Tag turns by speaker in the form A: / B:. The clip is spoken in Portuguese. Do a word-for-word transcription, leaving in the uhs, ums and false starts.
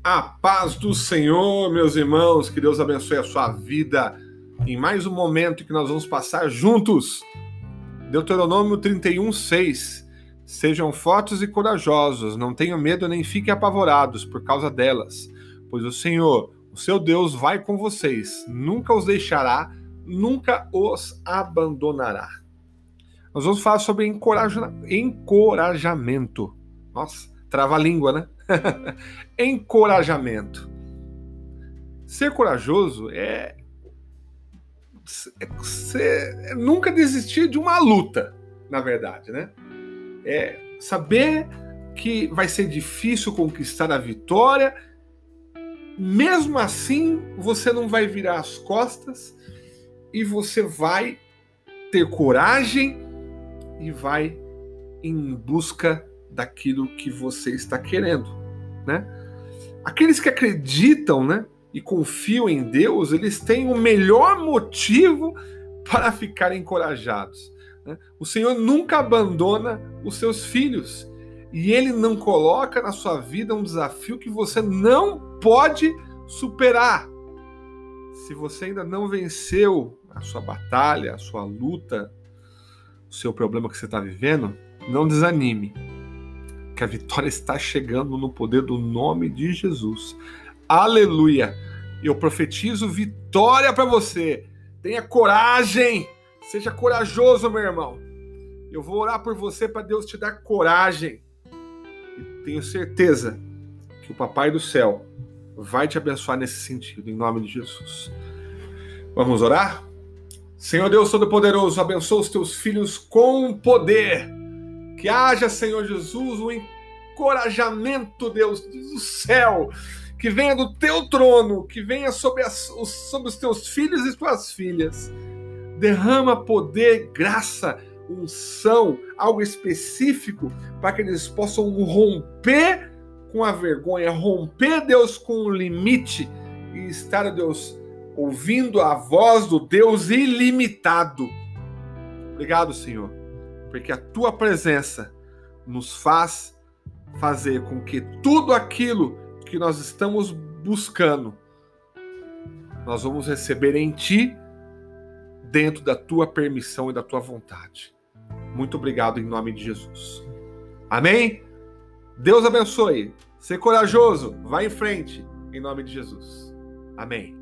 A: A paz do Senhor, meus irmãos, que Deus abençoe a sua vida em mais um momento que nós vamos passar juntos. Deuteronômio trinta e um, seis. Sejam fortes e corajosos, não tenham medo nem fiquem apavorados por causa delas, pois o Senhor, o seu Deus, vai com vocês, nunca os deixará, nunca os abandonará. Nós vamos falar sobre encoraja... encorajamento. Nossa, trava a língua, né? Encorajamento. Ser corajoso é... é... é nunca desistir de uma luta, na verdade, né? É saber que vai ser difícil conquistar a vitória, mesmo assim você não vai virar as costas e você vai ter coragem e vai em busca daquilo que você está querendo, né? Aqueles que acreditam, né, e confiam em Deus, eles têm o melhor motivo para ficarem encorajados, né? O Senhor nunca abandona os seus filhos e Ele não coloca na sua vida um desafio que você não pode superar. Se você ainda não venceu a sua batalha, a sua luta, o seu problema que você está vivendo, não desanime, que a vitória está chegando no poder do nome de Jesus. Aleluia! Eu profetizo vitória para você. Tenha coragem, seja corajoso, meu irmão. Eu vou orar por você para Deus te dar coragem. E tenho certeza que o Papai do Céu vai te abençoar nesse sentido, em nome de Jesus. Vamos orar? Senhor Deus Todo-Poderoso, abençoa os teus filhos com poder. Que haja, Senhor Jesus, um encorajamento, Deus, do céu, que venha do teu trono, que venha sobre, as, sobre os teus filhos e tuas filhas. Derrama poder, graça, unção, algo específico, para que eles possam romper com a vergonha, romper, Deus, com o limite e estar, Deus, ouvindo a voz do Deus ilimitado. Obrigado, Senhor, porque a tua presença nos faz fazer com que tudo aquilo que nós estamos buscando, nós vamos receber em ti, dentro da tua permissão e da tua vontade. Muito obrigado em nome de Jesus. Amém? Deus abençoe. Ser corajoso, vá em frente, em nome de Jesus. Amém.